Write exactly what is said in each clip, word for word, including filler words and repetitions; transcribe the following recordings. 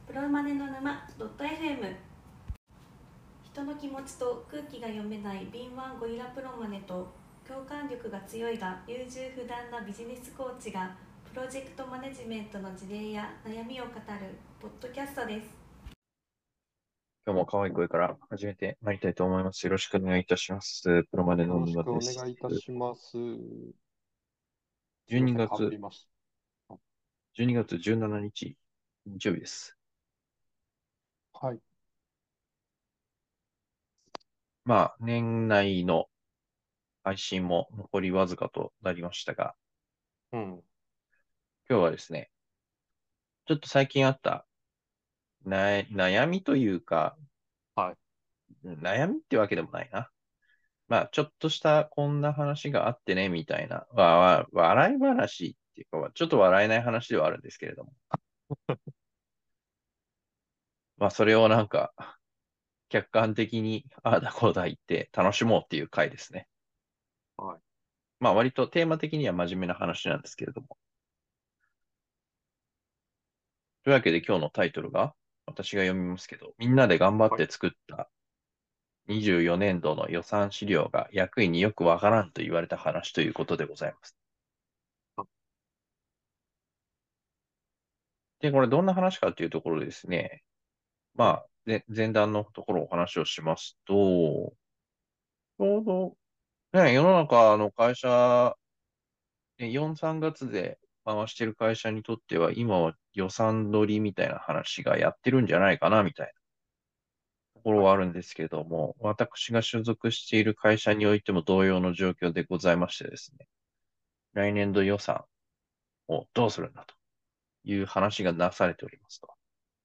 プロマネの沼 .fm。 人の気持ちと空気が読めない敏腕ゴリラプロマネと、共感力が強いが優柔不断なビジネスコーチがプロジェクトマネジメントの事例や悩みを語るポッドキャストです。 今日も可愛い声から始めてまいりたいと思います。よろしくお願いいたします。プロマネのよろし沼です。 くお願いいたします。す 12 みません、かぶ月、 りました。 じゅうにがつじゅうしちにち、日曜日です。 はい。 まあ、年内の配信も残りわずかとなりましたが、 うん。 今日はですね、ちょっと最近あったな悩みというか、 はい。 悩みってわけでもないな。まあ、ちょっとしたこんな話があってね、みたいな、わ、わ、笑い話っていうか、ちょっと笑えない話ではあるんですけれども、まあ、それをなんか、客観的に、ああだこうだ言って楽しもうっていう回ですね。 はい。 まあ割とテーマ的には真面目な話なんですけれども。というわけで今日のタイトルが、私が読みますけど、みんなで頑張っはい。 て作ったにじゅうよねんどの予算資料が役員によくわからんと言われた話ということでございます。 あ、 で、これどんな話かというところですね。まはい。 あ、で前段のところをお話をしますと、ちょうど、ね、世の中の会社で、よん、さんがつで回してる会社にとっては、今は予算取りみたいな話がやってるんじゃないかな、みたいなところはい。 はあるんですけれども、私が所属している会社においても同様の状況でございましてですね、来年度予算をどうするんだという話がなされておりますと。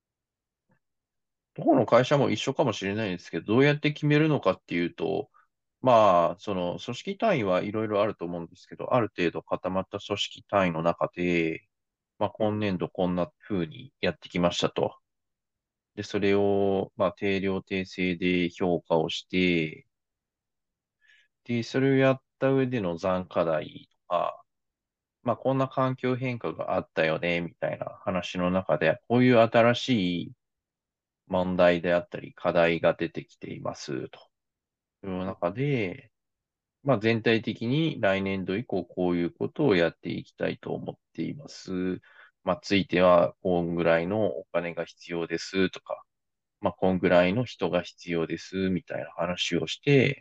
どこの会社も一緒かもしれないですけど、どうやって決めるのかっていうと、まあ、その組織単位はいろいろあると思うんですけど、ある程度固まった組織単位の中で、まあ、 うん。 今年度こんな風にやってきましたと。で、それを、まあ、定量定性で評価をして、で、それをやった上での残課題とか、まあ、こんな環境変化があったよね、みたいな話の中で、こういう新しい問題であったり、課題が出てきています、といううん。 中で、まあ、全体的に来年度以降こういうことをやっていきたいと思っています。まあ、ついては、こんぐらいのお金が必要ですとか、まあ、こんぐらいの人が必要です、みたいな話をして、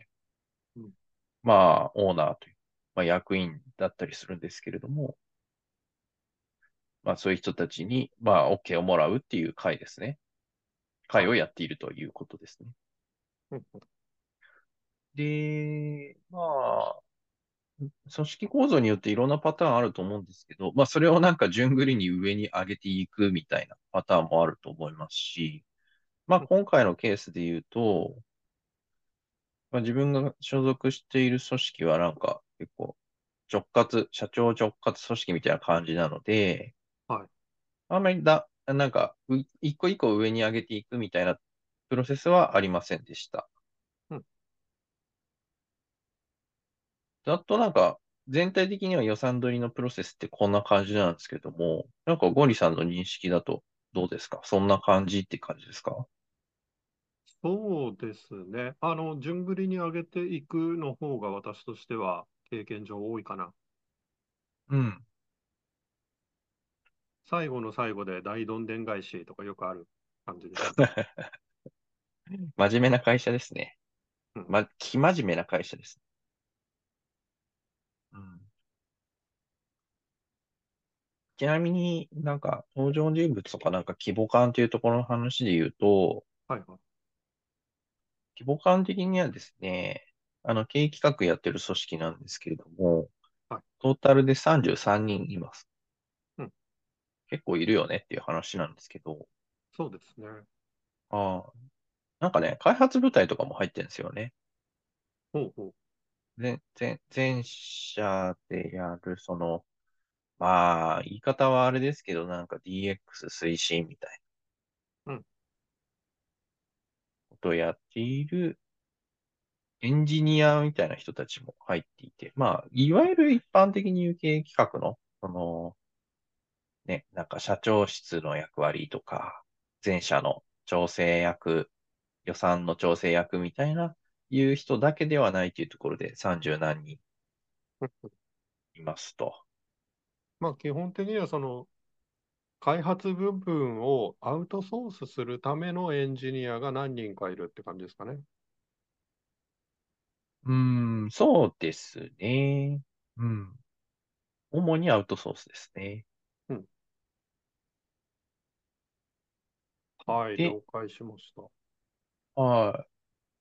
うん。 まあ、オーナーという、まあ、役員だったりするんですけれども、まあ、そういう人たちに、まあ、OK をもらうっていう会ですね。会はい。 をやっているということですね。 うん。 で、まあ、組織構造によっていろんなパターンあると思うんですけど、まあ、それをなんか順繰りに上に上げていくみたいなパターンもあると思いますし、まあ、 うん。 今回のケースで言うと、まあ、自分が所属している組織はなんか結構直轄、社長直轄組織みたいな感じなので、 はい。 あんまりだ、なんか、う一個一個上に上げていくみたいなプロセスはありませんでした。 うん。 ざっとなんか、全体的には予算取りのプロセスってこんな感じなんですけども、なんかゴリさんの認識だとどうですか？そんな感じって感じですか？ そうですね。あの、順繰りに上げていくの方が私としては経験上多いかな。 うん。 最後の最後で大どんでん返しとかよくある感じですね。 真面目な会社ですね。 うん。 ま、生真面目な会社です。うん。ちなみになんか登場人物とかなんか規模感というところの話で言うと、 はいはい。 規模感的にはですね、あの、経営企画やってる組織なんですけれども、 はい。 トータルでさんじゅうさんにんいます。 うん。 結構いるよねっていう話なんですけど、 そうですね。 ああ、なんかね、開発部隊とかも入ってるんですよね。 ほうほ全、全、全社でやる、その、まあ、言い方はあれですけど、なんか ディーエックス 推進みたいなう。うん。 ことをやっているエンジニアみたいな人たちも入っていて、まあ、いわゆる一般的に有形企画の、その、ね、なんか社長室の役割とか、 前者の調整役、予算の調整役みたいな、いう人だけではないというところでさんじゅう何人いますと。 まあ、基本的にはその開発部分をアウトソースするためのエンジニアが何人かいるって感じですかね。 うーん、そうですね。うん。主にアウトソースですね。 うん。はい、 で、 了解しました。 はい。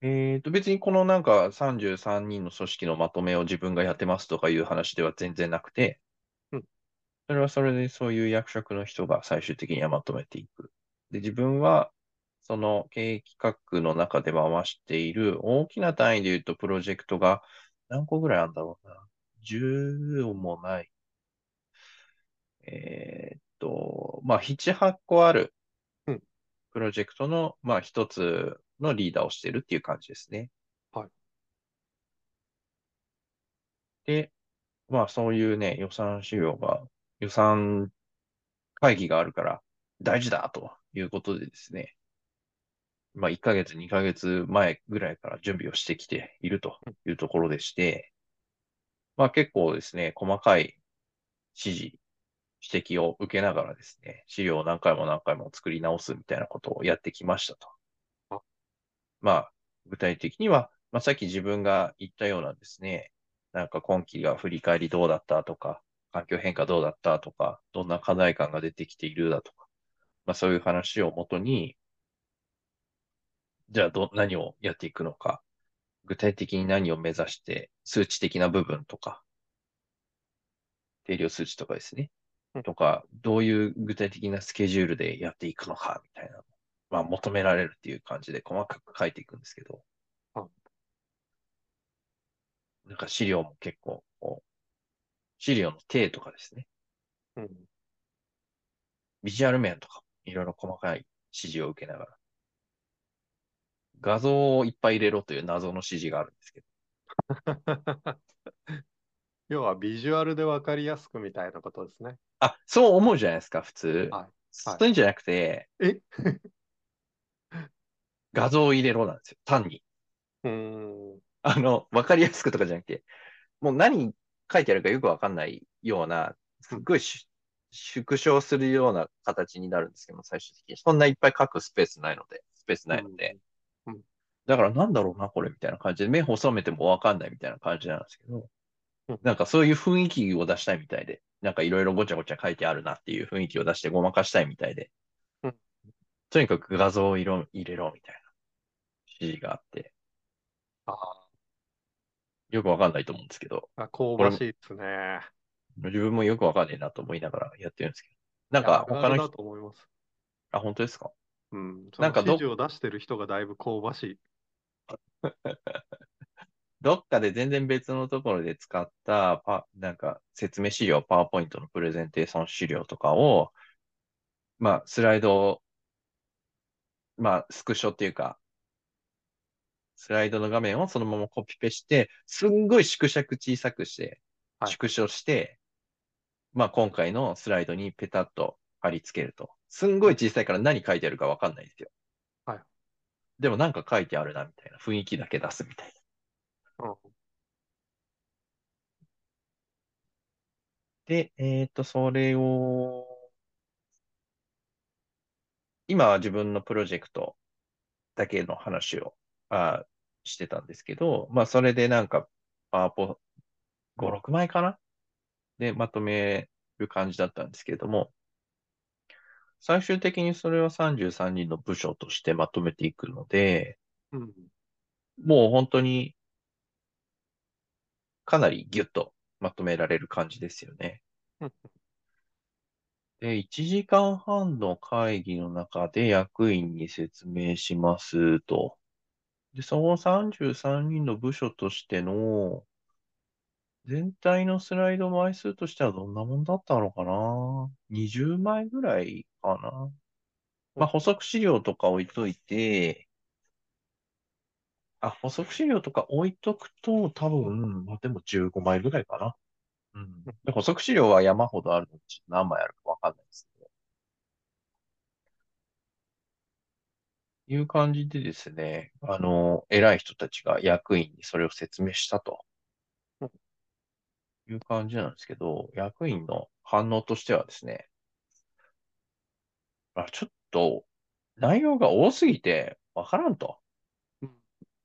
えっと、別にこのなんかさんじゅうさんにんの組織のまとめを自分がやってますとかいう話では全然なくて、 うん。 それはそれでそういう役職の人が最終的にはまとめていく。で、自分はその経営企画の中で回している大きな単位で言うとプロジェクトが何個ぐらいあるんだろうな。じゅうもない。えーっと、まあ、なな、はっこあるうん。 プロジェクトの、まあ、一つのリーダーをしているっていう感じですね。 はい。 で、まあ、そういうね、予算資料が、予算会議があるから大事だということでですね、まあ、いっかげつ、にかげつまえぐらいから準備をしてきているとうん。 いうところでして、まあ、結構ですね、細かい指示、指摘を受けながらですね、資料を何回も何回も作り直すみたいなことをやってきましたと。 あ、 まあ、具体的には、まあ、さっき自分が言ったようなですね、なんか今期が振り返りどうだったとか、環境変化どうだったとか、どんな課題感が出てきているだとか、まあそういう話をもとに、じゃあど、何をやっていくのか、具体的に何を目指して、数値的な部分とか、定量数値とかですね、 うん。 とか、どういう具体的なスケジュールでやっていくのか、みたいな、まあ求められるっていう感じで細かく書いていくんですけど、 あ、 なんか資料も結構、こう資料の定とかですね、 うん。 ビジュアル面とか、いろいろ細かい指示を受けながら、画像をいっぱい入れろという謎の指示があるんですけど、 要はビジュアルでわかりやすくみたいなことですね。 あ、そう思うじゃないですか、普通。 はい。はい。 そういうんじゃなくて、 え画像を入れろなんですよ、単に。 うーん。 あの、わかりやすくとかじゃなくて、もう何書いてあるかよくわかんないような、 うん。 すっごいし縮小するような形になるんですけど、最終的に。そんないっぱい書くスペースないので、スペースうん。 ないので。 うん。 だからなんだろうな、これみたいな感じで、目細めてもわかんないみたいな感じなんですけど、 うん。 なんかそういう雰囲気を出したいみたいで、なんかいろいろごちゃごちゃ書いてあるなっていう雰囲気を出してごまかしたいみたいで、 うん。 とにかく画像を入れ入れろみたいな指示があって、 あよくわかんないと思うんですけど、 あ、香これもばしいですね。 自分もよくわかんないなと思いながらやってるんですけど、なんいや、あるあるだか他の人、 と思います。 あ、本当ですか？ うん。そのなんかど、 指示を出してる人がだいぶ香ばしい。 どっかで全然別のところで使ったパ、なんか説明資料、パワーポイントのプレゼンテーション資料とかを、まあスライドを、まあスクショっていうか、スライドの画面をそのままコピペして、すんごい縮尺小さくして、 はい。 縮小して、まあ今回のスライドにペタッと貼り付けると。すんごうん。 い小さいから何書いてあるかわかんないんですよ。 はい。 でもなんか書いてあるなみたいな雰囲気だけ出すみたいな。 うん。 で、えっと、それを、今は自分のプロジェクトだけの話を、あ、してたんですけど、まあそれでなんか、パワポご、ろくまいかなでまとめる感じだったんですけれども、最終的にそれはさんじゅうさんにんの部署としてまとめていくので、 うん。 もう本当にかなりギュッとまとめられる感じですよね。 うん。 で、いちじかんはんの会議の中で役員に説明しますと。で、そのさんじゅうさんにんの部署としての全体のスライド枚数としてはどんなもんだったのかな？ にじゅう 枚ぐらいかな。 うん。 まあ補足資料とか置いといて、あ、補足資料とか置いとくと、多分、まあ、でもじゅうごまいぐらいかな。うん。で、補足資料は山ほどあるので、ちょっと何枚あるかわかんないですけど。 いう感じでですね、あの、偉い人たちが役員にそれを説明したという感じなんですけど、役員の反応としてはですね、あ、ちょっと内容が多すぎてわからんと。 うん。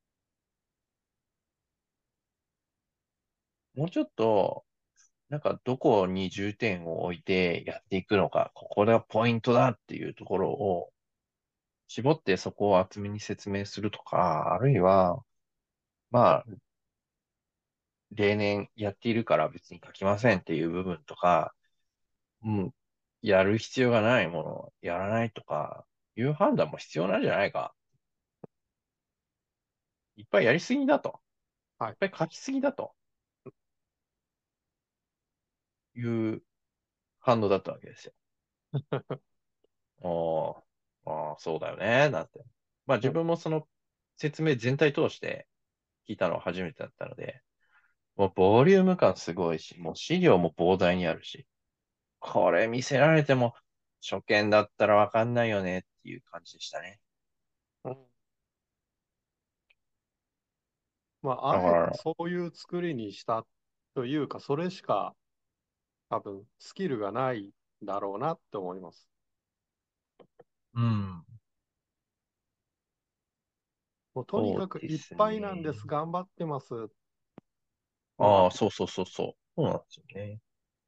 もうちょっと、なんかどこに重点を置いてやっていくのか、ここがポイントだっていうところを絞ってそこを厚めに説明するとか、あるいは、まあ、例年やっているから別に書きませんっていう部分とか、うん、やる必要がないものをやらないとか、いう判断も必要なんじゃないか。いっぱいやりすぎだと。 はい。 いっぱい書きすぎだという反応だったわけですよ。おー、あー、そうだよね、なんて。まあ自うん。 分もその説明全体通して聞いたのは初めてだったので、もうボリューム感すごいし、もう資料も膨大にあるし、これ見せられても初見だったらわかんないよねっていう感じでしたね。 うん。まあ、あえてだから、 そういう作りにしたというか、それしか多分スキルがないだろうなって思います。 うん。 もうとにかくいっそうですぱいなんでね。 す、頑張ってますのは、 ああ、そうそうそうそう。そうなんですよね。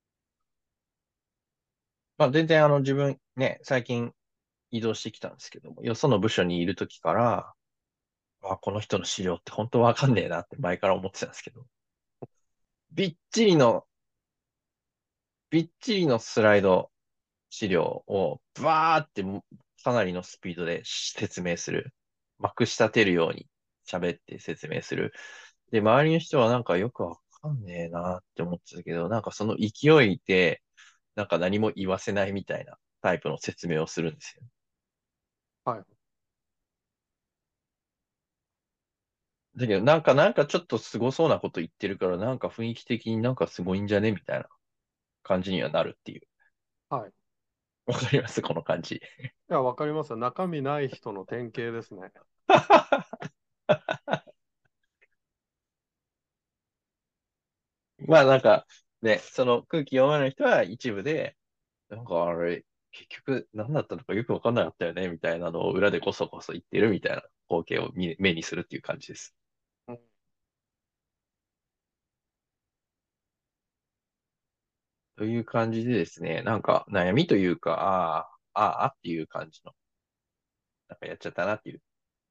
まあ全然あの自分ね、最近移動してきたんですけども、よその部署にいるときから、あ、この人の資料って本当わかんねえなって前から思ってたんですけど、びっちりの、びっちりのスライド資料をバーってかなりのスピードで説明する。まくし立てるように喋って説明する。で、周りの人はなんかよくわかんねえなって思ってたけど、なんかその勢いで、なんか何も言わせないみたいなタイプの説明をするんですよ。 はい。 だけど、なんか、なんかちょっとすごそうなこと言ってるから、なんか雰囲気的になんかすごいんじゃねみたいな感じにはなるっていう。 はい。いわかりますこの感じ。 や、わかりますよ。中身ない人の典型ですね。 まあなんか、ね、その空気読まない人は一部で、なんかあれ、結局何だったのかよくわかんなかったよね、みたいなのを裏でこそこそ言ってるみたいな光景を見目にするっていう感じです。 うん。 という感じでですね、なんか悩みというか、ああ、ああっていう感じの、なんかやっちゃったなっていう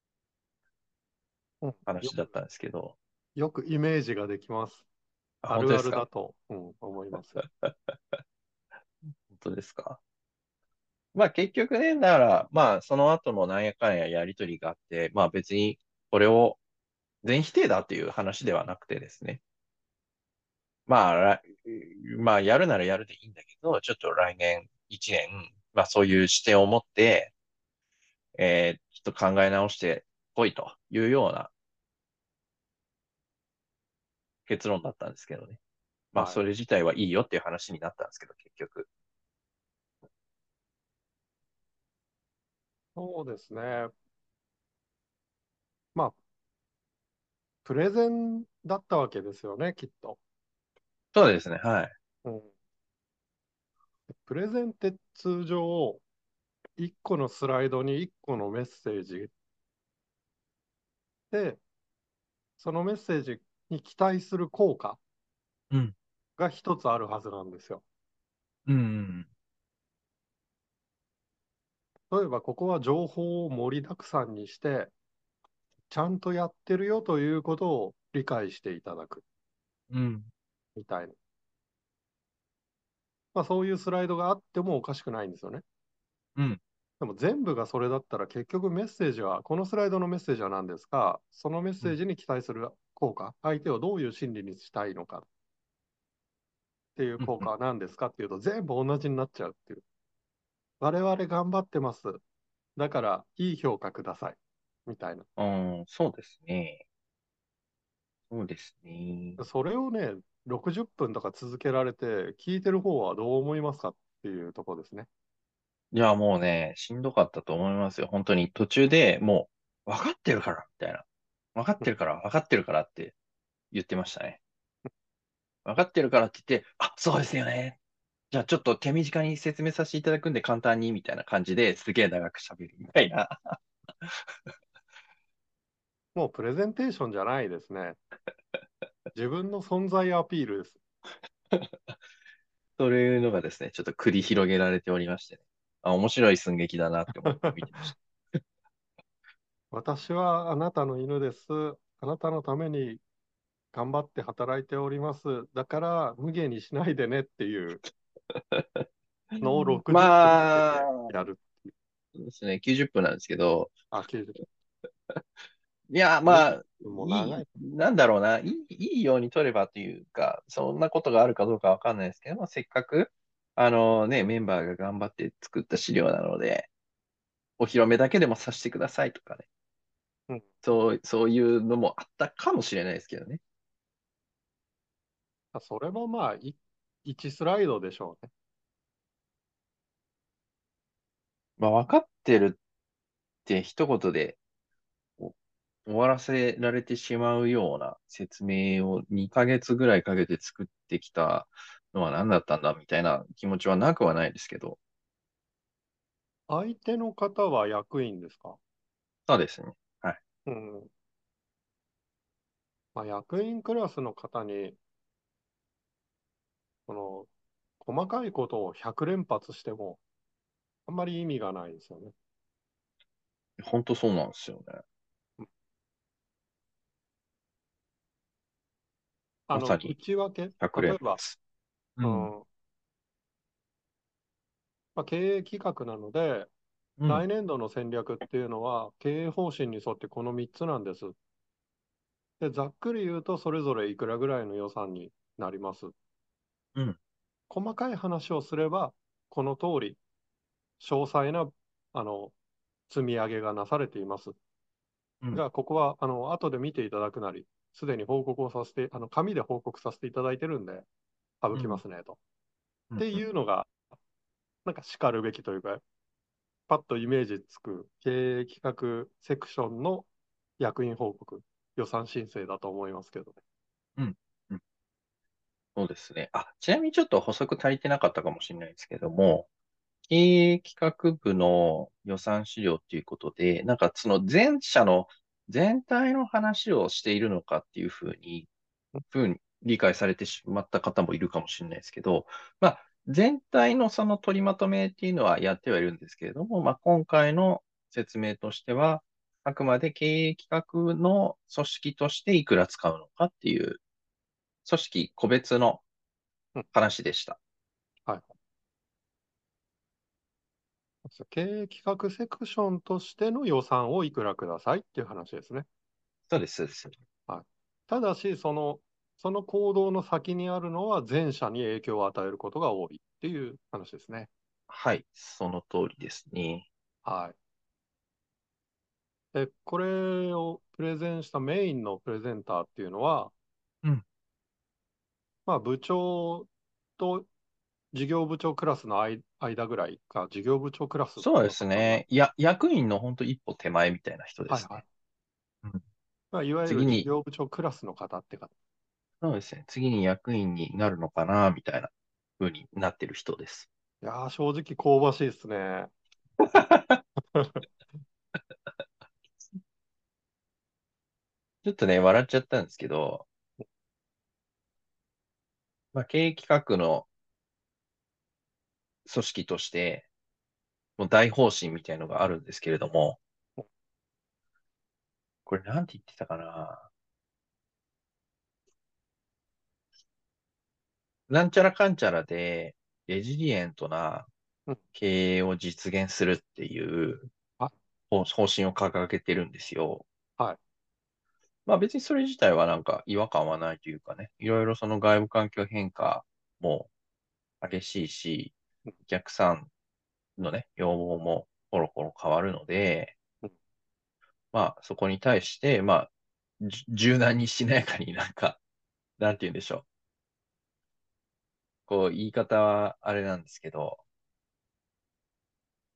うん。よく、 話だったんですけど、 よくイメージができます。 あ、 あるあ本当ですか？ るだと、うん、思いますよ。 本当ですか？まあ結局ね、だから、まあその後のなんやかんややりとりがあって、まあ別にこれを全否定だっていう話ではなくてですね、まあ、らまあやるならやるでいいんだけど、ちょっと来年いちねん、まあそういう視点を持って、えーちょっと考え直してこいというような結論だったんですけどね。まあはい。 それ自体はいいよっていう話になったんですけど、結局。 そうですね。まあ、プレゼンだったわけですよね、きっと。 そうですね、はい。 うん。プレゼンって通常、いっこのスライドにいっこのメッセージで、そのメッセージに期待する効果うん。 が一つあるはずなんですよ。 うん。 例えば、ここは情報を盛りだくさんにして、ちゃんとやってるよということを理解していただくうん。 みたいな。まあ、そういうスライドがあってもおかしくないんですよね。 うん。 でも全部がそれだったら結局メッセージは、このスライドのメッセージは何ですか、そのメッうん。 セージに期待する効果、相手をどういう心理にしたいのかっていう効果は何ですかっていうと全部同じになっちゃうっていう。我々頑張ってます。だからいい評価ください。みたいな。 うん。うん、そうですね。そうですね。 それをね、ろくじゅっぷんとか続けられて、聞いてる方はどう思いますかっていうところですね。 いや、もうね、しんどかったと思いますよ。本当に途中でもう、分かってるから、みたいな。分かってるから、分かってるからって言ってましたね。分かってるからって言って、あ、そうですよね。じゃあちょっと手短に説明させていただくんで簡単に、みたいな感じですげえ長く喋るみたいな。 もうプレゼンテーションじゃないですね。自分の存在アピールです。 そういうのがですね、ちょっと繰り広げられておりましてね。あ、面白い寸劇だなって思って見てました。 私はあなたの犬です。あなたのために頑張って働いております。だから無限にしないでねっていうのをろくじゅっぷんかけまあ、 てやる。 そうですね、きゅうじゅっぷんなんですけど、 あ、きゅうじゅっぷん。 いや、ま 90 あ、 分もいい、 長い。 なんだろうな、いい、いいように取ればというか、そんなことがあるかどうかわかんないですけども、せっかく、あのね、メンバーが頑張って作った資料なので、お披露目だけでもさせてくださいとかね、 うん。 そう、そういうのもあったかもしれないですけどね。 それもまあ、いいちスライドでしょうね。 まあ、分かってるって一言でお終わらせられてしまうような説明をにかげつぐらいかけて作ってきたのは何だったんだみたいな気持ちはなくはないですけど、 相手の方は役員ですか？ そうですね。はい。 うん。まあ、役員クラスの方に、この、細かいことをひゃく連発しても、あんまり意味がないですよね。 本当そうなんですよね。 あの、 まさに内訳、例ひゃくえば、 連発。うん。 うん、まあ、経営企画なので、 うん。 来年度の戦略っていうのは、経営方針に沿ってこのみっつなんです。で、ざっくり言うと、それぞれいくらぐらいの予算になります。 うん。 細かい話をすれば、この通り、詳細な、あの、積み上げがなされています。 うん。 が、ここは、あの、後で見ていただくなり、すでに報告をさせて、あの、紙で報告させていただいてるんで、省うん。 きますね、と。っうん。 てうん。 いうのが、なんか叱るべきというか、パッとイメージつく経営企画セクションの役員報告、予算申請だと思いますけどね。 うん。うん。そうですね。あ、ちなみにちょっと補足足りてなかったかもしれないですけども、経営企画部の予算資料っていうことで、なんかその全社の全体の話をしているのかっていうふうに、ふうに理解されてしまった方もいるかもしれないですけど、まあ、全体のその取りまとめっていうのはやってはいるんですけれども、まあ、今回の説明としては、あくまで経営企画の組織としていくら使うのかっていう、組織個別のうん、 話でした。 はい。経営企画セクションとしての予算をいくらくださいっていう話ですね。 そうです、そうです。 はい。ただし、その、その行動の先にあるのは全社に影響を与えることが多いっていう話ですね。 はい、その通りですね。 はい。で、これをプレゼンしたメインのプレゼンターっていうのは、 うん。 まあ、部長と事業部長クラスの間間ぐらいか、事業部長クラスってそうでいうのかな。まあ、 すね。や、役員の本当一歩手前みたいな人ではいはい。 すね。うん。 まあ、いわゆる事次に、 業部長クラスの方って方。 そうですね。次に役員になるのかな、みたいな風になってる人です。 いやー、正直香ばしいですね。 ちょっとね、笑っちゃったんですけど、まあ、経営企画の組織として、もう大方針みたいのがあるんですけれども、これなんて言ってたかな。なんちゃらかんちゃらで、レジリエントなうん。 経営を実現するっていうあ、 方方針を掲げてるんですよ。 はい。 まあ別にそれ自体はなんか違和感はないというかね、いろいろその外部環境変化も激しいし、 うんお客さんのね、要望もコロコロ変わるので、 うん。 まあそこに対して、まあ、じ柔軟にしなやかになんか、なんて言うんでしょう。こう言い方はあれなんですけど、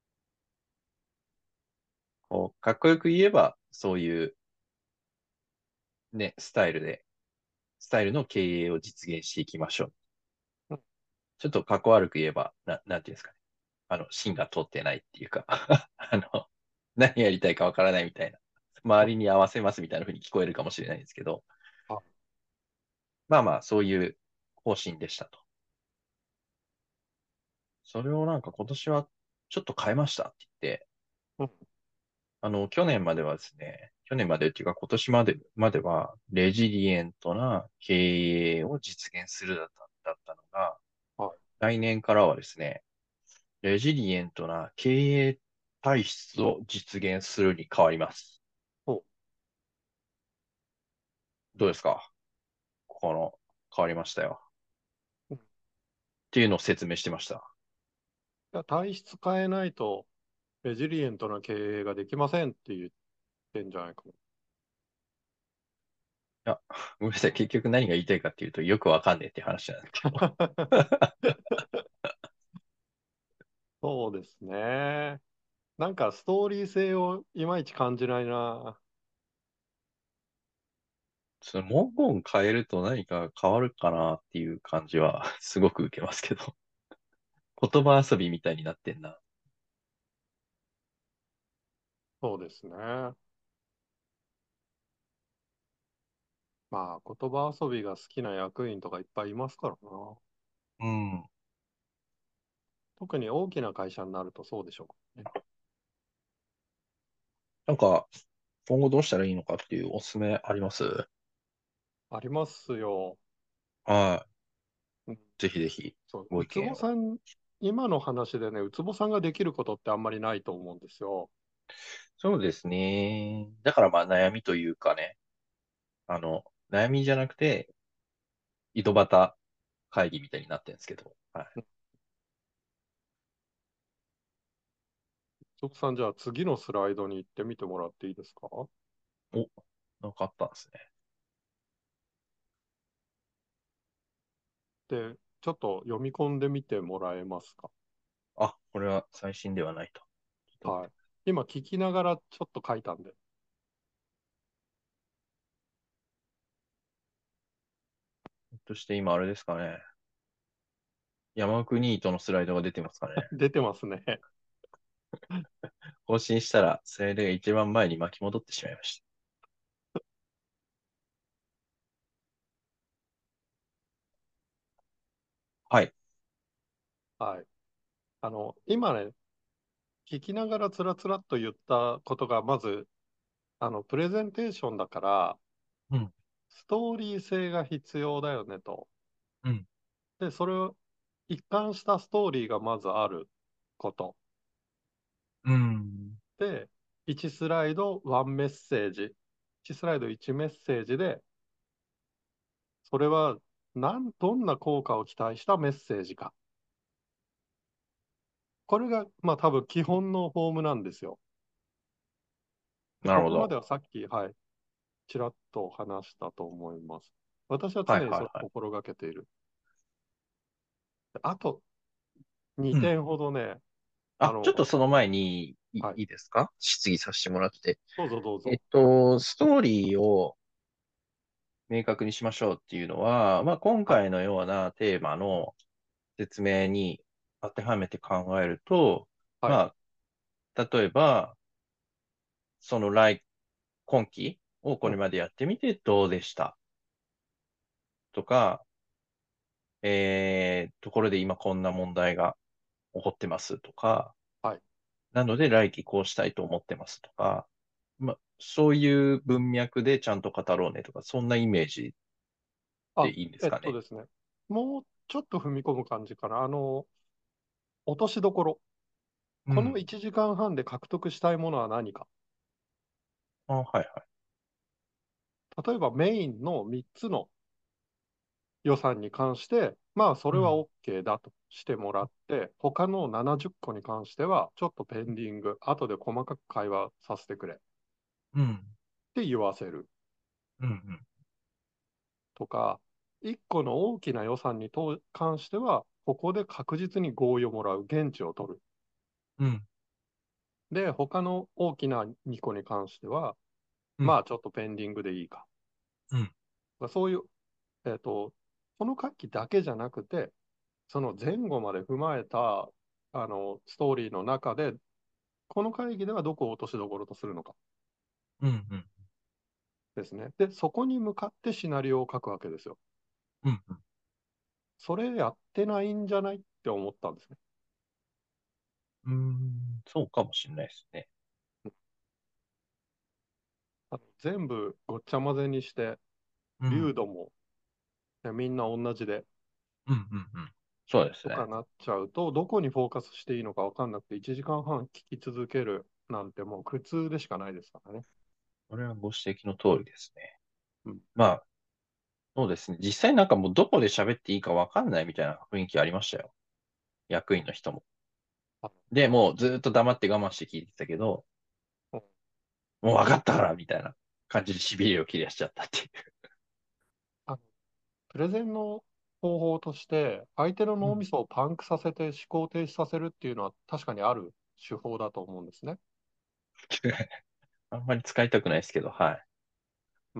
こう、かっこよく言えば、そういうね、スタイルで、スタイルの経営を実現していきましょう。 うん。 ちょっとかっこ悪く言えば、な、なんていうんですかね。あの、芯が通ってないっていうかあの、何やりたいかわからないみたいな。周りに合わせますみたいな風に聞こえるかもしれないんですけど、 あ、 まあまあ、そういう方針でしたと。それをなんか今年はちょっと変えましたって言って、 うん。 あの、去年まではですね、去年までっていうか今年まで、までは、レジリエントな経営を実現するだった、だったのが、 はい。 来年からはですね、レジリエントな経営体質を実現するに変わります。 そう。 どうですか？この、変わりましたよ。 うん。いっていうのを説明してました。 や、体質変えないと、レジリエントな経営ができませんって言ってんじゃないかいや、ごめんなさい。結局何が言いたいかっていうと、よくわかんねえっていう話なんですけど。 な。そうですね。なんかストーリー性をいまいち感じないな。 その文言変えると何か変わるかなっていう感じはすごく受けますけど。言葉遊びみたいになってんな。 そうですね。まあ、言葉遊びが好きな役員とかいっぱいいますからな。 うん。 特に大きな会社になるとそうでしょうね。 なんか、今後どうしたらいいのかっていうおすすめあります？ ありますよ。 はうん。 い。ぜひぜひ、 そう、ウツご意見を。 ボさん、今の話でね、ウツボさんができることってあんまりないと思うんですよ。 そうですね。だからまあ悩みというかね、あの、悩みじゃなくて、井戸端会議みたいになってるんですけど。はい。 うん。ウツボさん、じゃあ次のスライドに行ってみてもらっていいですか？ お、なんかあったんですね。 で、ちょっと読み込んでみてもらえますか？ あ、これは最新ではないと。ちょっと待はい。 って。 今聞きながらちょっと書いたんで。 ひょっとして今あれですかね。山国ニートのスライドが出てますかね。 出てますね。 更新したら、スライドが一番前に巻き戻ってしまいました。はい。 はい。あの、今ね、聞きながらつらつらっと言ったことが、まず、あの、プレゼンテーションだから、 うん。 ストーリー性が必要だよねと。 うん。 で、それを一貫したストーリーがまずあること。 うん。 で、いちスライドいちメッセージ。いちスライドいちメッセージで、それはなん、どんな効果を期待したメッセージか。これが、まあ多分基本のフォームなんですよ。でなるほど。 ここまではさっき、はい、ちらっと話したと思います。私ははい常にそれをはいはい。 心がけている。あとうん。 にてんほどね、ああ、ちょっとの、 その前にいいはい、 いですか？質疑させてもらって。 どうぞどうえっぞ。 と、ストーリーを明確にしましょうっていうのは、まあ、今はい、 回のようなテーマの説明に当てはめて考えると、 はい、 まあ、例えば、その来、今期をこうん、 れまでやってみてどうでしたとか、えー、ところで今こんな問題が起こってますとか、 はい。 なので来期こうしたいと思ってますとか、まあ、そういう文脈でちゃんと語ろうねとか、そんなイメージであ、 いいんですえっかね。 とですね、もうちょっと踏み込む感じかな。あの、落としどころ。このうん。 いちじかんはんで獲得したいものは何か。 あ、はいはい。 例えばメインのみっつの予算に関して、まあそれはうん。 OK だとしてもらって、他のななじゅっこに関してはちょっとペンディング、後で細かく会話させてくれっうん。 て言わせるうん。 とか、いっこの大きな予算にと関しては、ここで確実に合意をもらう、現地を取る。 うん。 で、他の大きなにこに関しては、 うんまあちょっとペンディングでいいか。 うんまあそういう、えっと、この会期だけじゃなくて、その前後まで踏まえた、あの、ストーリーの中で、この会議ではどこを落としどころとするのかうんうんですね。で、そこに向かってシナリオを書くわけですよ。 うんうんそれやってないんじゃないって思ったんですね。 うーん、そうかもしれないですね。 あの全部ごっちゃ混ぜにして、 うん流度も、ねみんな同じでうんうんうん。そうですね。 とかなっちゃうと、どこにフォーカスしていいのか分かんなくて、いちじかんはん聞き続けるなんてもう苦痛でしかないですからね。 これはご指摘の通りですね。 うん。 まあ、そうですね。実際なんかもうどこで喋っていいかわかんないみたいな雰囲気ありましたよ。役員の人も。 あで、もうずっと黙って我慢して聞いてたけど、 うんもう分かったからみたいな感じで痺れを切らしちゃったっていう。 あのプレゼンの方法として、相手のうん。 脳みそをパンクさせて思考停止させるっていうのは確かにある手法だと思うんですね。 あんまり使いたくないですけど、はい。 うん。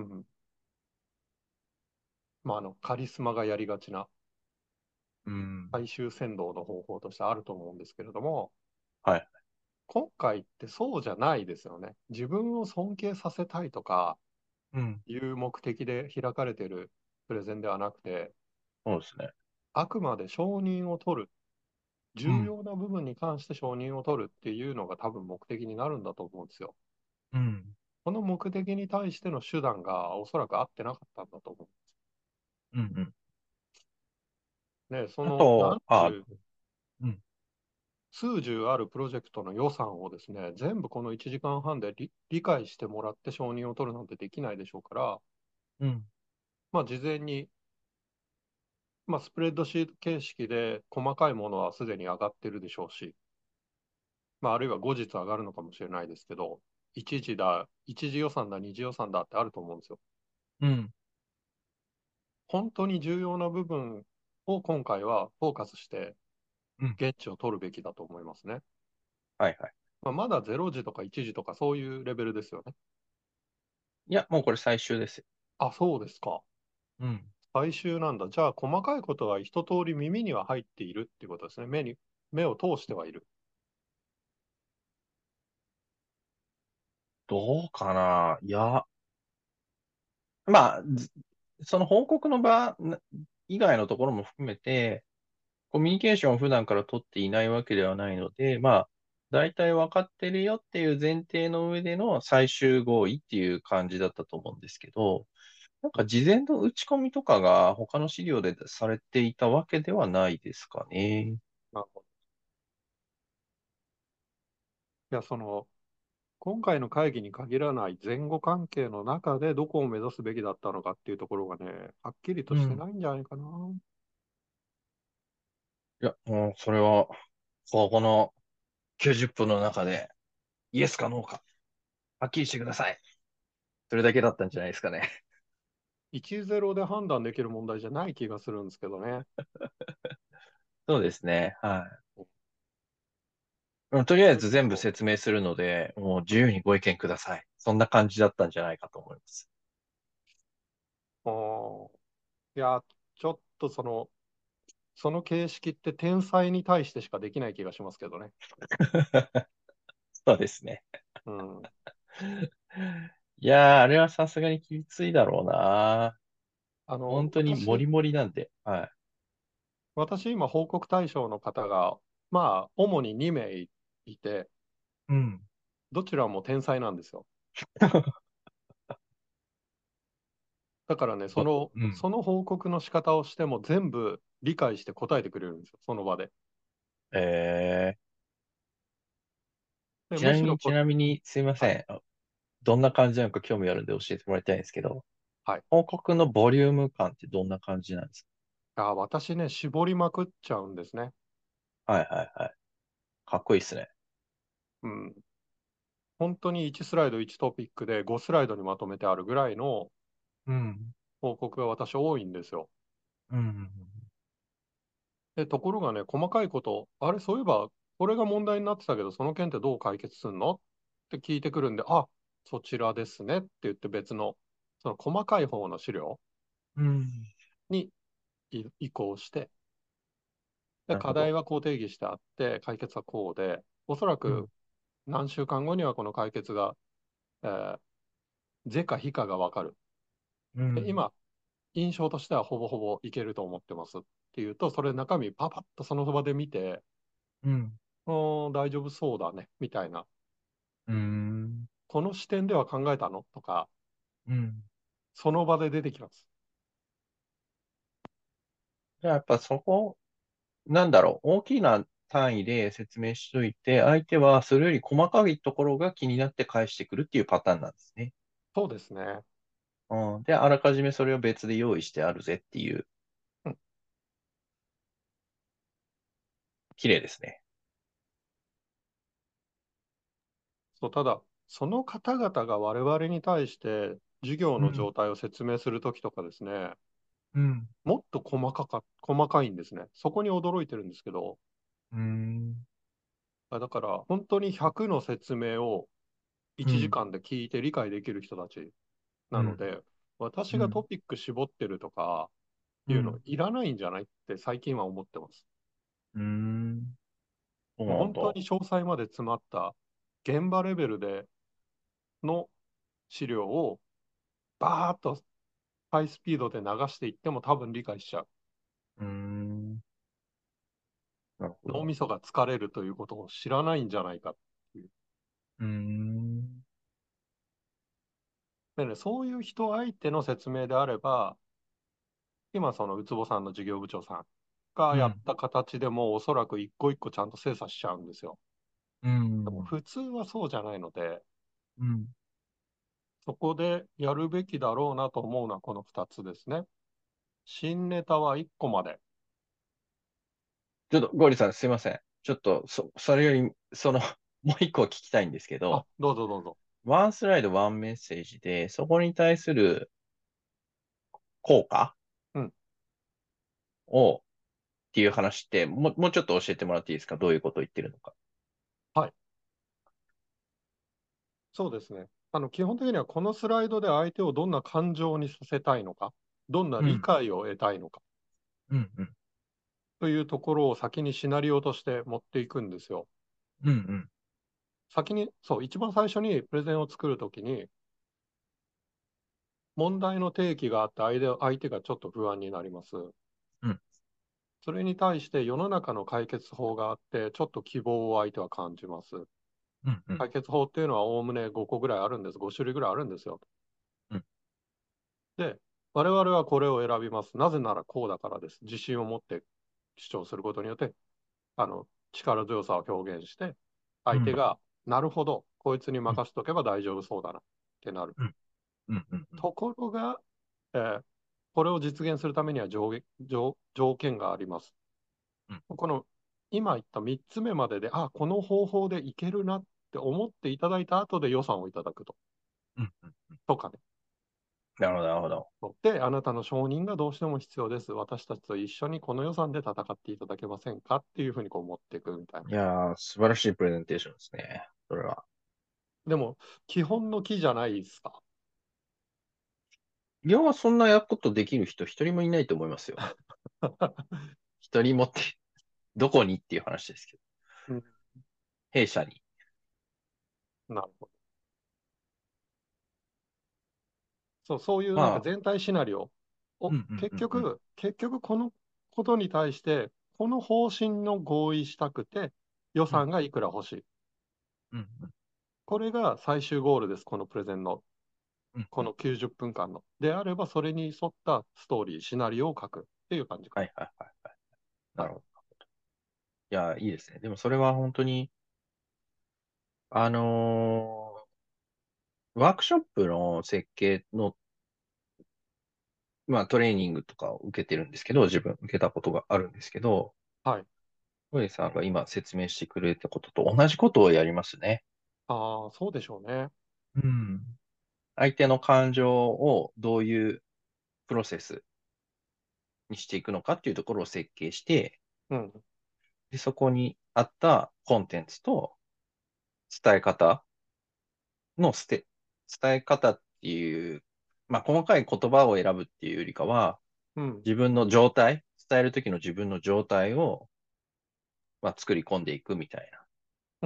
まあ、あの、カリスマがやりがちなうん。 大衆扇動の方法としてあると思うんですけれども、 はい。 今回ってそうじゃないですよね。自分を尊敬させたいとかうん。 いう目的で開かれているプレゼンではなくて、 そうですね。 あくまで承認を取る、重うん。 要な部分に関して承認を取るっていうのが多分目的になるんだと思うんですよ。 うん。 この目的に対しての手段がおそらく合ってなかったんだと思うん。うん。 う。ね、そあのと、あ、 何十、 うん。 数十あるプロジェクトの予算をですね、全部このいちじかんはんで理、理解してもらって承認を取るなんてできないでしょうから、 うん。 まあ、事前に、まあ、スプレッドシート形式で細かいものはすでに上がってるでしょうし、まあ、あるいは後日上がるのかもしれないですけど、一時だ、一時予算だ、二次予算だってあると思うんですよ。 うん。 本当に重要な部分を今回はフォーカスしてうん。 現地を取るべきだと思いますね。 はいはい。 まあ、まだゼロ時とかいちじとかそういうレベルですよね。 いや、もうこれ最終ですよ。 あ、そうですか。 うん。 最終なんだ。じゃあ、細かいことは一通り耳には入っているっていうことですね。目に、目を通してはいる。 どうかな。いや、まあ、ずその報告の場な以外のところも含めて、コミュニケーションを普段から取っていないわけではないので、まあ、大体分かってるよっていう前提の上での最終合意っていう感じだったと思うんですけど、なんか事前の打ち込みとかが他の資料でされていたわけではないですかね。 なるほど。いや、その、今回の会議に限らない前後関係の中でどこを目指すべきだったのかっていうところがね、はっきりとしてうん。 ないんじゃないかな。 いや、もうそれは、ここのきゅうじゅっぷんの中で、イエスかノーか、はっきりしてください。それだけだったんじゃないですかね。 いちたいゼロで判断できる問題じゃない気がするんですけどね。 そうですね。はい。うんとりあえず全部結構、 説明するので、もう自由にご意見ください。そんな感じだったんじゃないかと思います。 あーいや、ちょっとその、その形式って天才に対してしかできない気がしますけどね。 そうですね。 うん。 いやー、あれはさすがにきついだろうな。 あの、 本当にモ私、 リモリなんで。は私今報告対象の方が、まあ、主にに名いて、 い。うん。 どちらも天才なんですよ。だからね、そそうの、 うん。 その報告の仕方をしても全部理解して答えてくれるんですよ、その場で。 えー、 で、 ちなみに、ちむしろこ、 なみに、すいまはい、 せん。あどんな感じなのか興味あるんで教えてもらいたいんですけど、 はい。 報告のボリューム感ってどんな感じなんですあ、私ね、絞りまくっちゃうんですね。 か？はいはいはい。かっこいいっすね。 うん。本当にいちスライドいちトピックでごスライドにまとめてあるぐらいのうん。 報告が私多いんですよ。 うん。 で、ところがね、細かいこと、あれ、そういえば、 これが問題になってたけど、その件ってどう解決するのって聞いてくるんで、あ、そちらですねって言って別の、その細かい方の資料うん。 にい移行して、で、課なるほど。 題はこう定義してあって、解決はこうで、おそらくうん。 何週間後にはこの解決が、えー、是か非かがわかる。で、 うん。 今、印象としてはほぼほぼいけると思ってますっていうと、それ中身パパッとその場で見て、 うん。 うーん、大丈夫そうだね、みたいな。 うん。 この視点では考えたのとか、 うん。 その場で出てきます。 じゃあやっぱそこ、なんだろう、大きな単位で説明しといて、相手はそれより細かいところが気になって返してくるっていうパターンなんですね。 そうですね。 うん。で、あらかじめそれを別で用意してあるぜっていう、 うん、 綺麗ですね。 そう、ただ、その方々が我々に対して授業うん。 の状態を説明するときとかですね、 うん。 もっと細かか、細かいんですね。そこに驚いてるんですけど、 うん。 あだから本当にひゃくの説明を1 うん。 時間で聞いて理解できる人たちうん。 なので、私うん。 がトピック絞ってるとかいうのうん。 いらないんじゃないって最近は思ってます。 うん。そうもうなんだ。 本当に詳細まで詰まった現場レベルでの資料をバーッとハイスピードで流していっても多分理解しちゃう。 うん。なるほど。 脳みそが疲れるということを知らないんじゃないかっていう。 うん。 でね、そういう人相手の説明であれば、今そのウツボさんの事業部長さんがうん。 やった形でもおそらく一個一個ちゃんと精査しちゃうんですよ。 うん。 でも普通はそうじゃないので、 うん。 そこでやるべきだろうなと思うのはこのふたつですね。新ネタはいっこまで。 ちょっと、ゴリさんすいません。ちょっと、そ、それより、その、もう一個聞きたいんですけあ、 ど、 どうぞどうぞ。 ワンスライドワンメッセージで、そこに対する効果うん。 をっていう話って、もう、もうちょっと教えてもらっていいですか？どういうことを言ってるのか。 はい。そうですね。あの、基本的にはこのスライドで相手をどんな感情にさせたいのか、どんな理うん。 解を得たいのかうん。うん。 というところを先にシナリオとして持っていくんですよ。 うん。うん。 先に、そう、一番最初にプレゼンを作るときに、問題の提起があって相手、相手がちょっと不安になります。 うん。 それに対して世の中の解決法があって、ちょっと希望を相手は感じます。 うん。うん。 解決法っていうのはおおむねごこぐらいあるんです。ご種類ぐらいあるんですよ。 うん。 で、我々はこれを選びます。なぜならこうだからです。自信を持って主張することによって、あの、力強さを表現して、 うん。 相手が、なるほど、こいつに任せとけば大丈夫そうだなってなる。 うん。うん。うん。うん。 ところが、えーこれを実現するためには条件条条件があります。 うん。 この今言ったみっつめまでで、あ、この方法でいけるなって思っていただいた後で予算をいただくと。 うん。うん。 とかね。 なるほど、なるほど。 で、あなたの承認がどうしても必要です。私たちと一緒にこの予算で戦っていただけませんかっていうふうにこう持っていくみたいな。 いやー、素晴らしいプレゼンテーションですね。それは。 でも、基本の木じゃないですか。 いや、そんなやることできる人一人もいないと思いますよ。一人もって、どこにっていう話ですけど。 うん、 弊社に。 なるほど。そう、そういうなんかまあ、 全体シナリオを、 うん。うん。うん。うん。 結局、結局このことに対して、この方針の合意したくて、予うん。 算がいくら欲しい。 うん。 これが最終ゴールです。このプレゼンの、 うん。うん。 このきゅうじゅっぷんかんの。であれば、それに沿ったストーリー、シナリオを書くっていう感じかはいはいはいはい。 な。はい。 なるほど。いや、いいですね。でもそれは本当に、あのーワークショップの設計の、まあトレーニングとかを受けてるんですけど、自分受けたことがあるんですけど、 はい。 小出さんが今説明してくれたことと同じことをやりますね。 ああ、そうでしょうね。 うん。相手の感情をどういうプロセスにしていくのかっていうところを設計して、 うん。 で、そこにあったコンテンツと伝え方のステ、伝え方っていう、まあ、細かい言葉を選ぶっていうよりかは、 うん。 自分の状態、伝えるときの自分の状態を、まあ、作り込んでいくみたいな、 うん。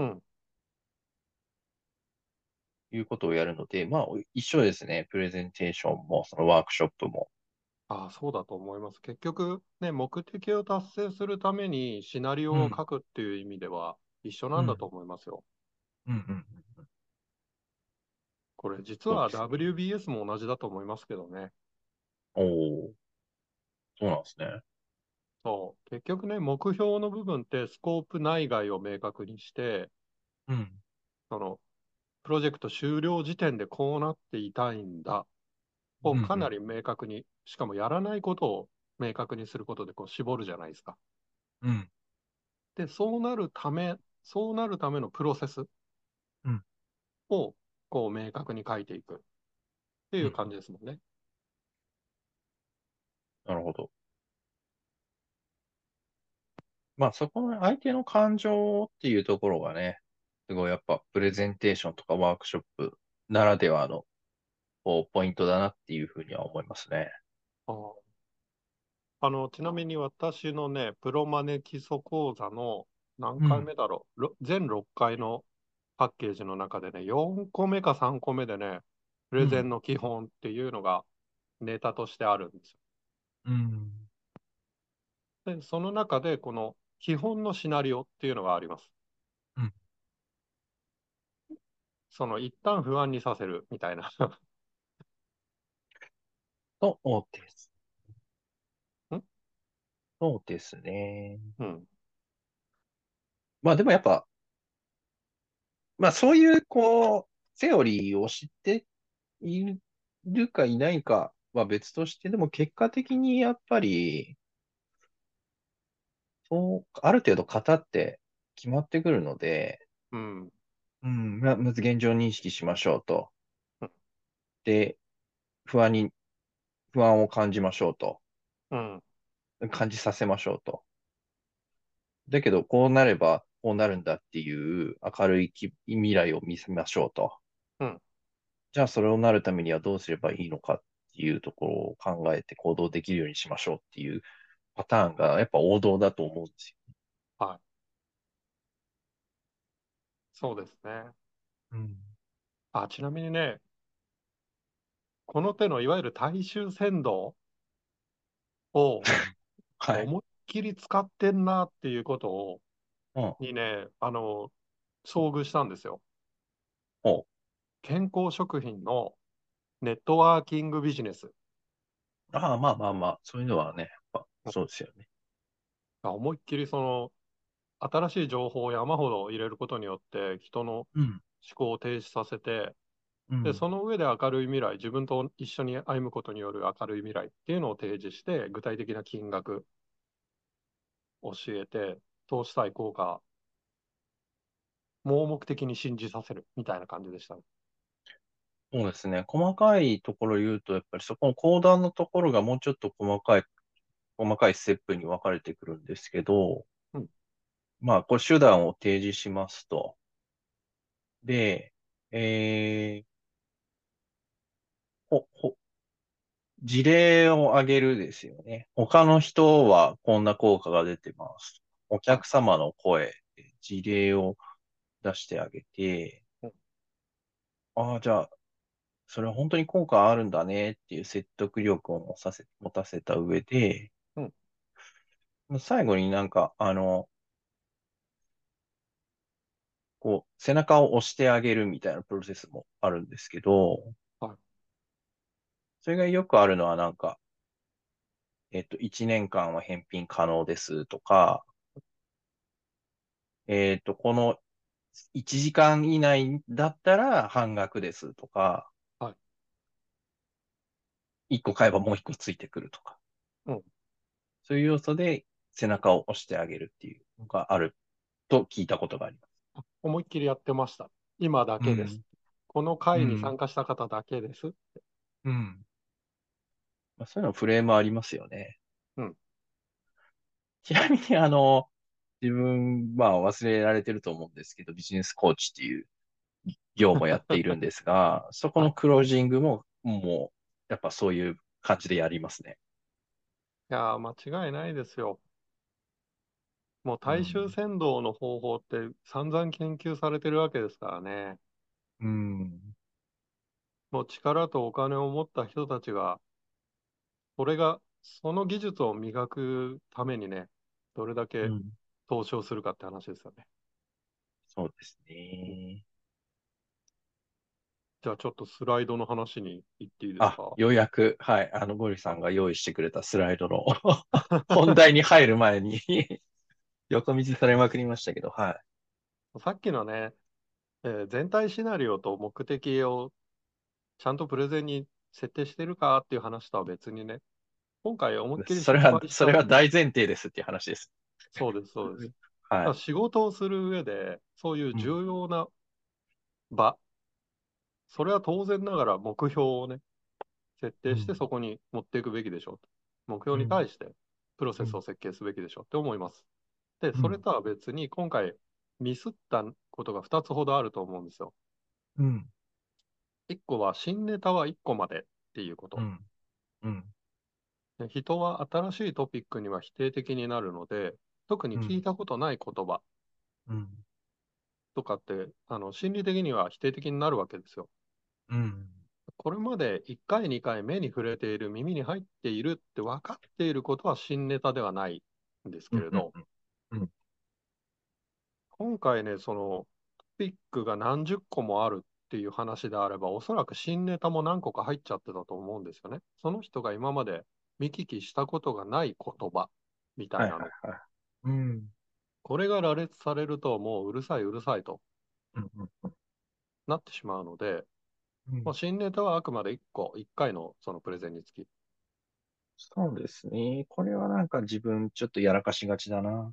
いうことをやるので、まあ、一緒ですね。プレゼンテーションも、そのワークショップも。 ああ、そうだと思います。結局、ね、目的を達成するためにシナリオをうん、 書くっていう意味では一緒なうん、 んだと思いますよ。 うん、うん。 これ実はそうですね。 ダブリュービーエス も同じだと思いますけどね。 おお、そうなんですね。 そう。結局ね、目標の部分ってスコープ内外を明確にして、 うん、 その、プロジェクト終了時点でこうなっていたいんだをうん、 かなり明確に、しかもやらないことを明確にすることでこう絞るじゃないですか。 うん、うん、 で、そうなるため、そうなるためのプロセスうん、 をこう明確に書いていくっていうん。 う感じですもんね。 なるほど。まあ、そこの相手の感情っていうところがね、すごいやっぱプレゼンテーションとかワークショップならではのこうポイントだなっていうふうには思いますね。 あーあの、ちなみに私のね、プロマネ基礎講座の何うん、 回目だろう、ろ全ろっかいのパッケージの中でね、よんこめかさんこめでね、プレゼンうん、 の基本っていうのがネタとしてあるんですうん、 よ。で、その中でこの基本のシナリオっていうのがあります。 うん。 その一旦不安にさせるみたいな。 そうです。 んそうですね。 うん。 まあでもやっぱ、まあそういう、こう、セオリーを知っているかいないかは別として、でも結果的にやっぱり、そう、ある程度型って決まってくるので、 うん。 うん、まあまず現状認識しましょうと。 うん。 で、不安に、不安を感じましょうと。 うん。 感じさせましょうと。だけど、こうなれば、こうなるんだっていう明るいき未来を見せましょうと。 うん。 じゃあ、それをなるためにはどうすればいいのかっていうところを考えて行動できるようにしましょうっていうパターンがやっぱ王道だと思うんですよ。 はい。そうですね。 うん。 あ、ちなみにね、この手のいわゆる大衆扇動をはい。 思いっきり使ってんなっていうことを、 うん。 にね、あの、遭遇したんですよ。 おう。 健康食品のネットワーキングビジネス。 ああ、まあまあまあ、そういうのはね、やっぱそうですよね。 思いっきりその、新しい情報を山ほど入れることによって、人の思うん。 考を停止させて、で、 うん。 その上で明るい未来、自分と一緒に歩むことによる明るい未来っていうのを提示して、具体的な金額教えて、投資対効果、盲目的に信じさせるみたいな感じでしたね。 そうですね。細かいところを言うと、やっぱりそこのコーダーのところがもうちょっと細かい、細かいステップに分かれてくるんですけど、 うん。 まあ、これ手段を提示しますと。で、えー、ほ、ほ、事例を挙げるですよね。他の人はこんな効果が出てます。おはい。 客様の声、事例を出してあげて、 うん。 ああ、じゃあ、それは本当に効果あるんだねっていう説得力を持たせ、持たせた上で、 うん。 最後になんか、あの、こう、背中を押してあげるみたいなプロセスもあるんですけど、 はい。 それがよくあるのはなんか、えっと、いちねんかんは返品可能ですとか、えっと、このいちじかん以内だったら半額ですとか、 はい。 いっこ買えばもういっこついてくるとか、 うん。 そういう要素で背中を押してあげるっていうのがあると聞いたことがあります。 思いっきりやってました。今だけです。 うん。 この会にうん。 参加した方だけです。 うん。まあ、そういうのフレームありますよね。 うん。 ちなみに、あの、 自分、まあ忘れられてると思うんですけど、ビジネスコーチっていう業務をやっているんですが、そこはい。いのクロージングも、もう、やっぱそういう感じでやりますね。 やー、間違いないですよ。もう大衆うん。 扇動の方法って散々研究されてるわけですからね。 うん。 もう力とお金を持った人たちが、それが、その技術を磨くためにね、どれだけうん。 投資をするかって話ですよね。 そうですね。 じゃあちょっとスライドの話に行っていいですあ、 か？ ようやく、はい、あの、ゴリさんがあ用意してくれたスライドの本題に入る前に横道されまくりましたけど、はい。 さっきのね、えー全体シナリオと目的をちゃんとプレゼンに設定してるかっていう話とは別にね、今回思いっきり失それは、 敗した、 それは大前提ですっていう話です。 そうです、そうです。 はい。 だから仕事をする上で、そういううん。 重要な場、それは当然ながら目標をね、設定してうん。 そこに持っていくべきでしょうと。目標にうん。 対してプロセうん。 スを設計すべきでしょうって思います。で、 うん。 それとは別に今回ミスったことがふたつほどあると思うんですよ。 うん。 いっこは新ネタはいっこまでっていうこと。 うん。うん。 で人は新しいトピックには否定的になるので、特にうん。 聞いたことない言葉うん。 とかって、あの、心理的には否定的になるわけですよ。 うん。 これまでいっかい、にかい目に触れている、耳に入っているって分かっていることは新ネタではないんですうん。うん。 けれど、 うん。 今回ね、そのトピックが何十個もあるっていう話であれば、おそらく新ネタも何個か入っちゃってたと思うんですよね。その人が今まで見聞きしたことがない言葉みたはいはいいなの。 はい。うん。 これが羅列されると、もううるさいうるさいとうん。うん。 なってしまうので、 うん。 まあ、新ネタはあくまでいっこ、いっかいのそのプレゼンにつき。 そうですね。これはなんか自分ちょっとやらかしがちだな。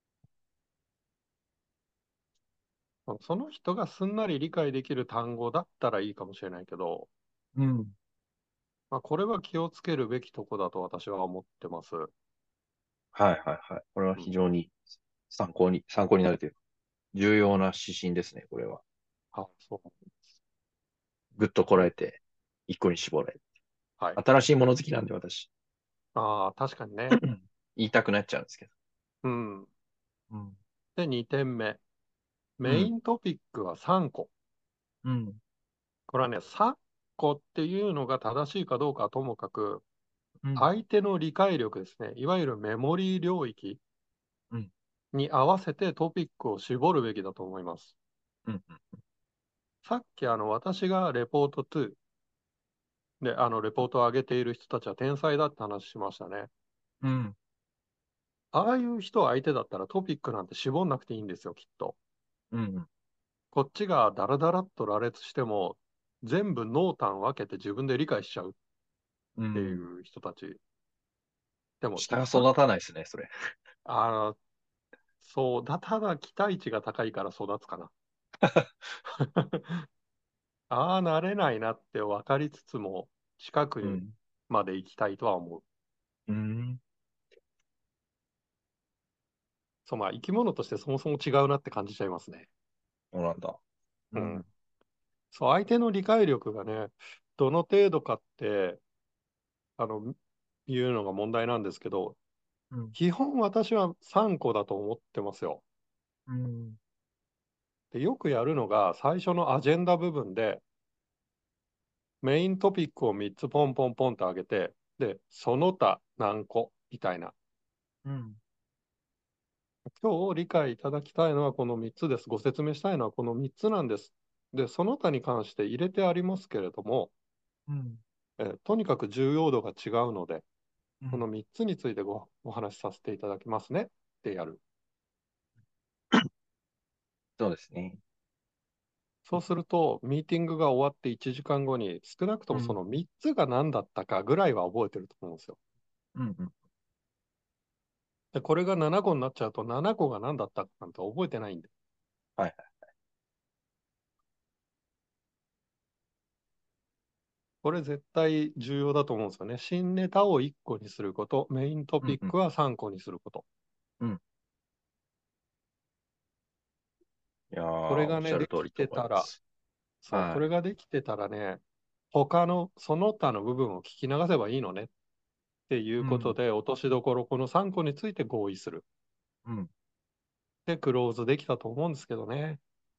その人がすんなり理解できる単語だったらいいかもしれないけど、 うん。 まあ、これは気をつけるべきとこだと私は思ってます。 はいはいはい。これはうん。 非常に参考に、参考になるというか、重要な指針ですね、これは。 あ、そう。 ぐっとこらえて、一個に絞れ。 はい。 新しいもの好きなんで私。 ああ、確かにね。 言いたくなっちゃうんですけど。 うん。 うん。 で、にてんめ。メイうん。 ントピックはさんこ。 うん。 これはね、さんこっていうのが正しいかどうかはともかく、 うん。 相手の理解力ですね。いわゆるメモリー領域うん。 に合わせてトピックを絞るべきだと思います。 うん。 さっきあの私がレポートにで、あのレポートを上げている人たちは天才だって話しましたね。 うん。 ああいう人相手だったらトピックなんて絞んなくていいんですよ、きっと。 うん。 こっちがダラダラっと羅列しても、全部濃淡分けて自分で理解しちゃうっていうん。 う人たち。でも、 下がさ、 育たないですね、それ。 あの、そうだ、ただ期待値が高いから育つかな。ああ、なれないなって分かりつつも、近くにうん。 まで行きたいとは思う。 うん。 そう、まあ、生き物としてそもそも違うなって感じちゃいますね。 そうなんだ。ううん。 ん。 そう、相手の理解力がね、どの程度かって、あの、いうのが問題なんですけど、 うん。 基本私はさんこだと思ってますよ。 うん。 で、よくやるのが、最初のアジェンダ部分で、メイントピックをみっつポンポンポンと上げて、で、その他何個みたいな。 うん。 今日理解いただきたいのはこのみっつです。ご説明したいのはこのみっつなんです。で、その他に関して入れてありますけれども、 うん。 えーとにかく重要度が違うので、このうん。 みっつについてごお話しさせていただきますねってやる。 そうですね。 そうすると、ミーティングが終わっていちじかんごに、少なくとうん。 もそのみっつが何だったかぐらいは覚えてると思うんですよ。 うん。うん。 で、これがななこになっちゃうと、ななこが何だったかなんて覚えてないんで。 はい。 これ絶対重要だと思うんですよね。新ネタをいっこにすること、メイントうん。うん。 ピックはさんこにすること。 うん。 いやー、 これがね、 おっしゃるでき通りとてたら、 思います。 そう、こはい。 れができてたらね、他のその他の部分を聞き流せばいいのねっていううん。 ことで、落としどころ、このさんこについて合意する。 うん。 で、クローズできたと思うんですけどね。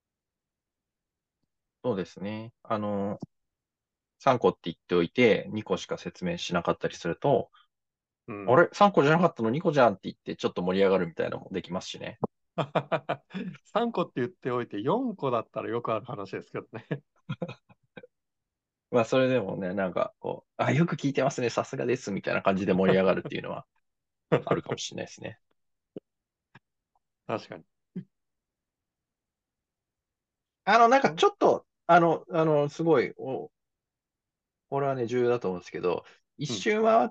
そうですね。あの、さんこって言っておいて、にこしか説明しなかったりすると、 うん。 あれ ?さん 個じゃなかったのにこじゃんって言って、ちょっと盛り上がるみたいなのもできますしね。 さんこって言っておいて、よんこだったらよくある話ですけどね。 まあ、それでもね、なんか、こう、あ、よく聞いてますね、さすがです、みたいな感じで盛り上がるっていうのはあるかもしれないですね。 確かに。 あの、なんかちょっと、あの、あの、すごい、お、これはね、重要だと思うんですけど、一うん。 周回って、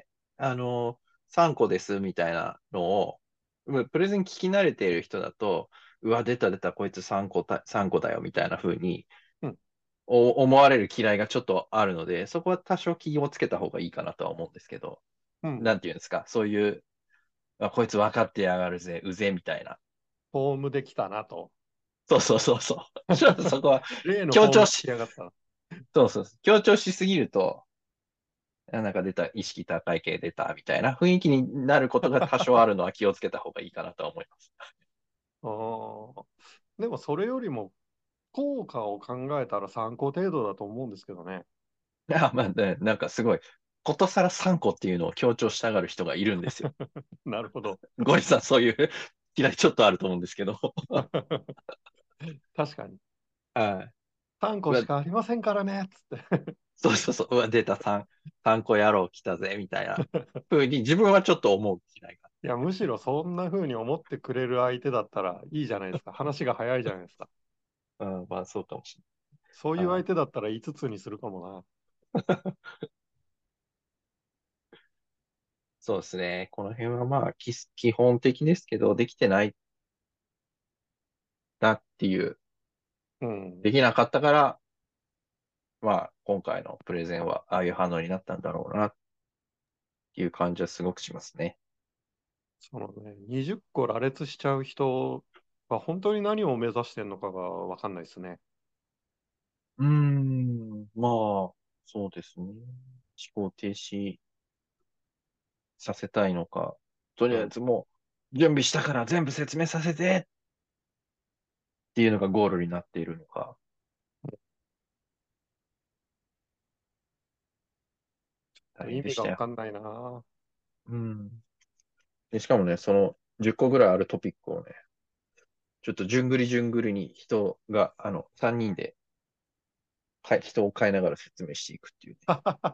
あの、さんこです、みたいなのを、うんプレゼン聞き慣れている人だと、うわ、出た出た、こいつさんこた、さんこだよ、みたいな風に、 うん。 お思われる嫌いがちょっとあるので、そこは多少気をつけた方がいいかなとは思うんですけど、 うん。 なんていうんですか、そういう、あ、こいつ分かってやがるぜ、うぜ、みたいな。 フォームできたなと。 そうそうそうそう。ちょっとそこは例のフォームで強調し、 きやがったな。 そうそうそう、強調しすぎると、あなんか出た、意識高い系出た、みたいな雰囲気になることが多少あるのは気をつけた方がいいかなとは思います。 あーでもそれよりも効果を考えたらさんこ程度だと思うんですけどね。 あまあね、なんかすごい、ことさらさんこっていうのを強調したがる人がいるんですよ。 なるほど。 ゴリさん、そういう嫌いちょっとあると思うんですけど。 確かに。 はい。 さんこうわしかありませんからね、つって。 そうそうそう、うわ、出たさん、さんこ野郎来たぜ、みたいな風に自分はちょっと思う嫌いが。 いや、むしろそんな風に思ってくれる相手だったらいいじゃないですか。話が早いじゃないですか。 うん、まあそうかもしそういうれない。はい。 相手だったらいつつにするかもそうですね。この辺はまあ基、基本的ですけど、できてないなっていう、 な。うん。 できなかったから、まあ、今回のプレゼンはああいう反応になったんだろうなっていう感じはすごくしますね。 そのね、にじゅっこ羅列しちゃう人は本当に何を目指してるのかがわかんないですね。 うーん、まあ、そうですね。思考停止させたいのか、とりあえうん。 ずもう準備したから全部説明させてっていうのがゴールになっているのか、大変意味がでしたよ。 わかんないな。 うん。で、しかもね、そのじゅっこぐらいあるトピックをね、ちょっとじゅんぐりじゅんぐりに人が、あの、さんにんで、はい、人を変えながら説明していくっていうね。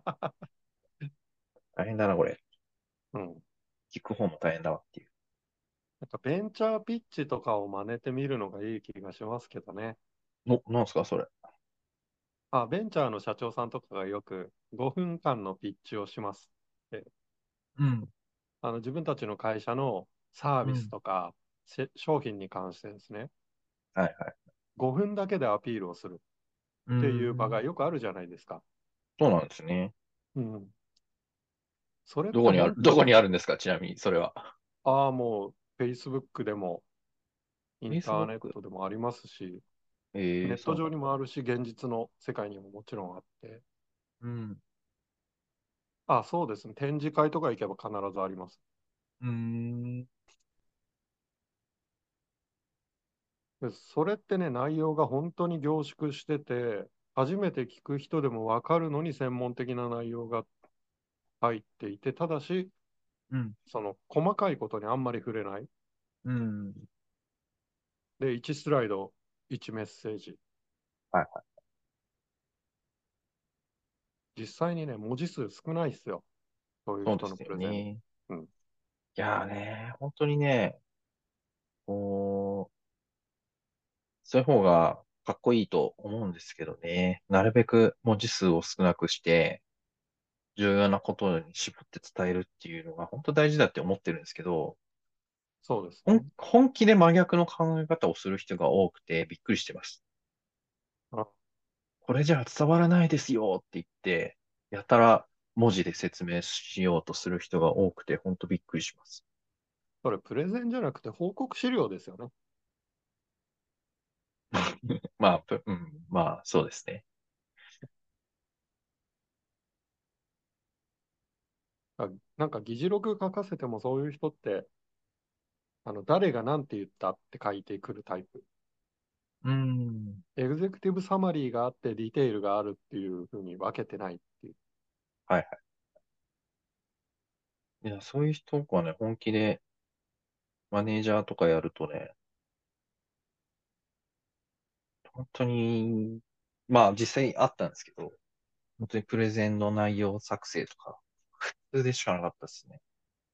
大変だな、これ。 うん。 聞く方も大変だわっていう。 なんかベンチャーピッチとかを真似てみるのがいい気がしますけどね。 の、なんすか、それ。 あ、ベンチャーの社長さんとかがよくごふんかんのピッチをします。でうん。 あの自分たちの会社のサービスうん。 とかせ商品に関してですね、 はいはい。 ごふんだけでアピールをするっうていう場ん。 がよくあるじゃないですか。 そうなんですね。 うん。それってどこにある、 本当に、 どこにあるんですか、ちなみに、それは。 ああ、もう Facebook でもインターネッ Facebook。 トでもありますし、 ええー、 ネット上にそうなんだ。 もあるし、現実の世界にももちろんあって、 うん。 あ、そうですね。展示会とか行けば必ずあります。 うーん。 で、それってね、内容が本当に凝縮してて、初めて聞く人でもわかるのに専門的な内容が入っていて、ただし、 うん。 その細かいことにあんまり触れない。 うん。 で、いちスライド、いちメッセージ。 はいは実際にね、文字数少ないっすよ。そういう人そうですのプレゼン。 よね。 うん。 いやーね、本当にね、こう、そういう方がかっこいいと思うんですけどね。なるべく文字数を少なくして、重要なことに絞って伝えるっていうのが本当大事だって思ってるんですけど、本そうですね。 本気で真逆の考え方をする人が多くてびっくりしてます。 あ、 これじゃあ伝わらないですよって言って、やたら文字で説明しようとする人が多くて、本当びっくりします。 それプレゼンじゃなくて報告資料ですよね。 まあ、ぷうん、まあ、そうですね。 あなんか議事録書かせてもそういう人って、あの、誰が何て言ったって書いてくるタイプ。 うん。 エグゼクティブサマリーがあってディテールがあるっていうふうに分けてないっていう。 はいはい。いや、そういう人はね、本気でマネージャーとかやるとね、本当に、まあ実際あったんですけど、本当にプレゼンの内容作成とか、普通でしかなかったですね。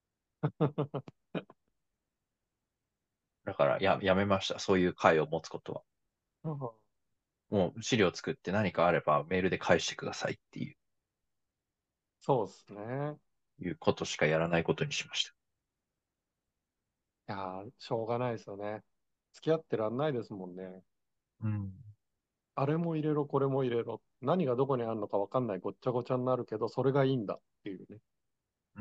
だからや、やめました。そういう会を持つことは。もう資料作って何かあればメールで返してくださいっていう、 そうですね。 いうことしかやらないことにしました。 いやー、しょうがないですよね。付き合ってらんないですもんね。 うん。 あれも入れろ、これも入れろ。何がどこにあるのか分かんないごっちゃごちゃになるけど、それがいいんだっていうね。 うん。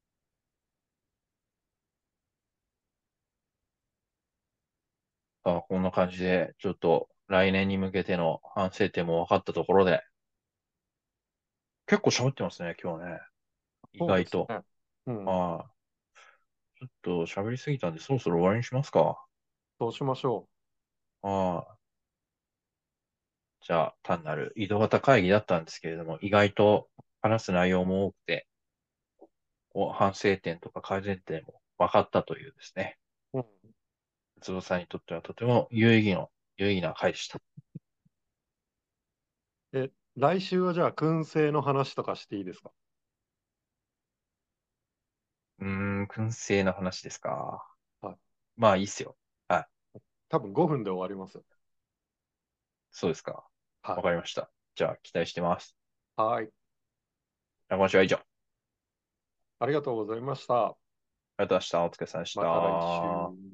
あ、こんな感じで、ちょっと来年に向けての反省点も分かったところで、結構喋ってますね、今日ね。意そうで外と。 すね。うん。 ああ、ちょっと喋りすぎたんで、そろそろ終わりにしますか。 そうしましょああ、じゃあ、単なる移動型会議だったんですけれども、意外と話す内容も多くて、こう反省点とか改善点も分かったというですね。 う。うん。 つぼさんにとってはとても有意義の、有意義な会でした。 え、来週はじゃあ、燻製の話とかしていいですか？ うーん、燻製の話ですか。 はい。 まあ、いいっすよ。はい。 多分ごふんで終わります。 そうですか。 はい。 わかりました。じゃあ、期待してます。 はい。 じゃあ今週は以上。ありありがとうございました。 がとうございました。お疲れ様でしまた来週。 た。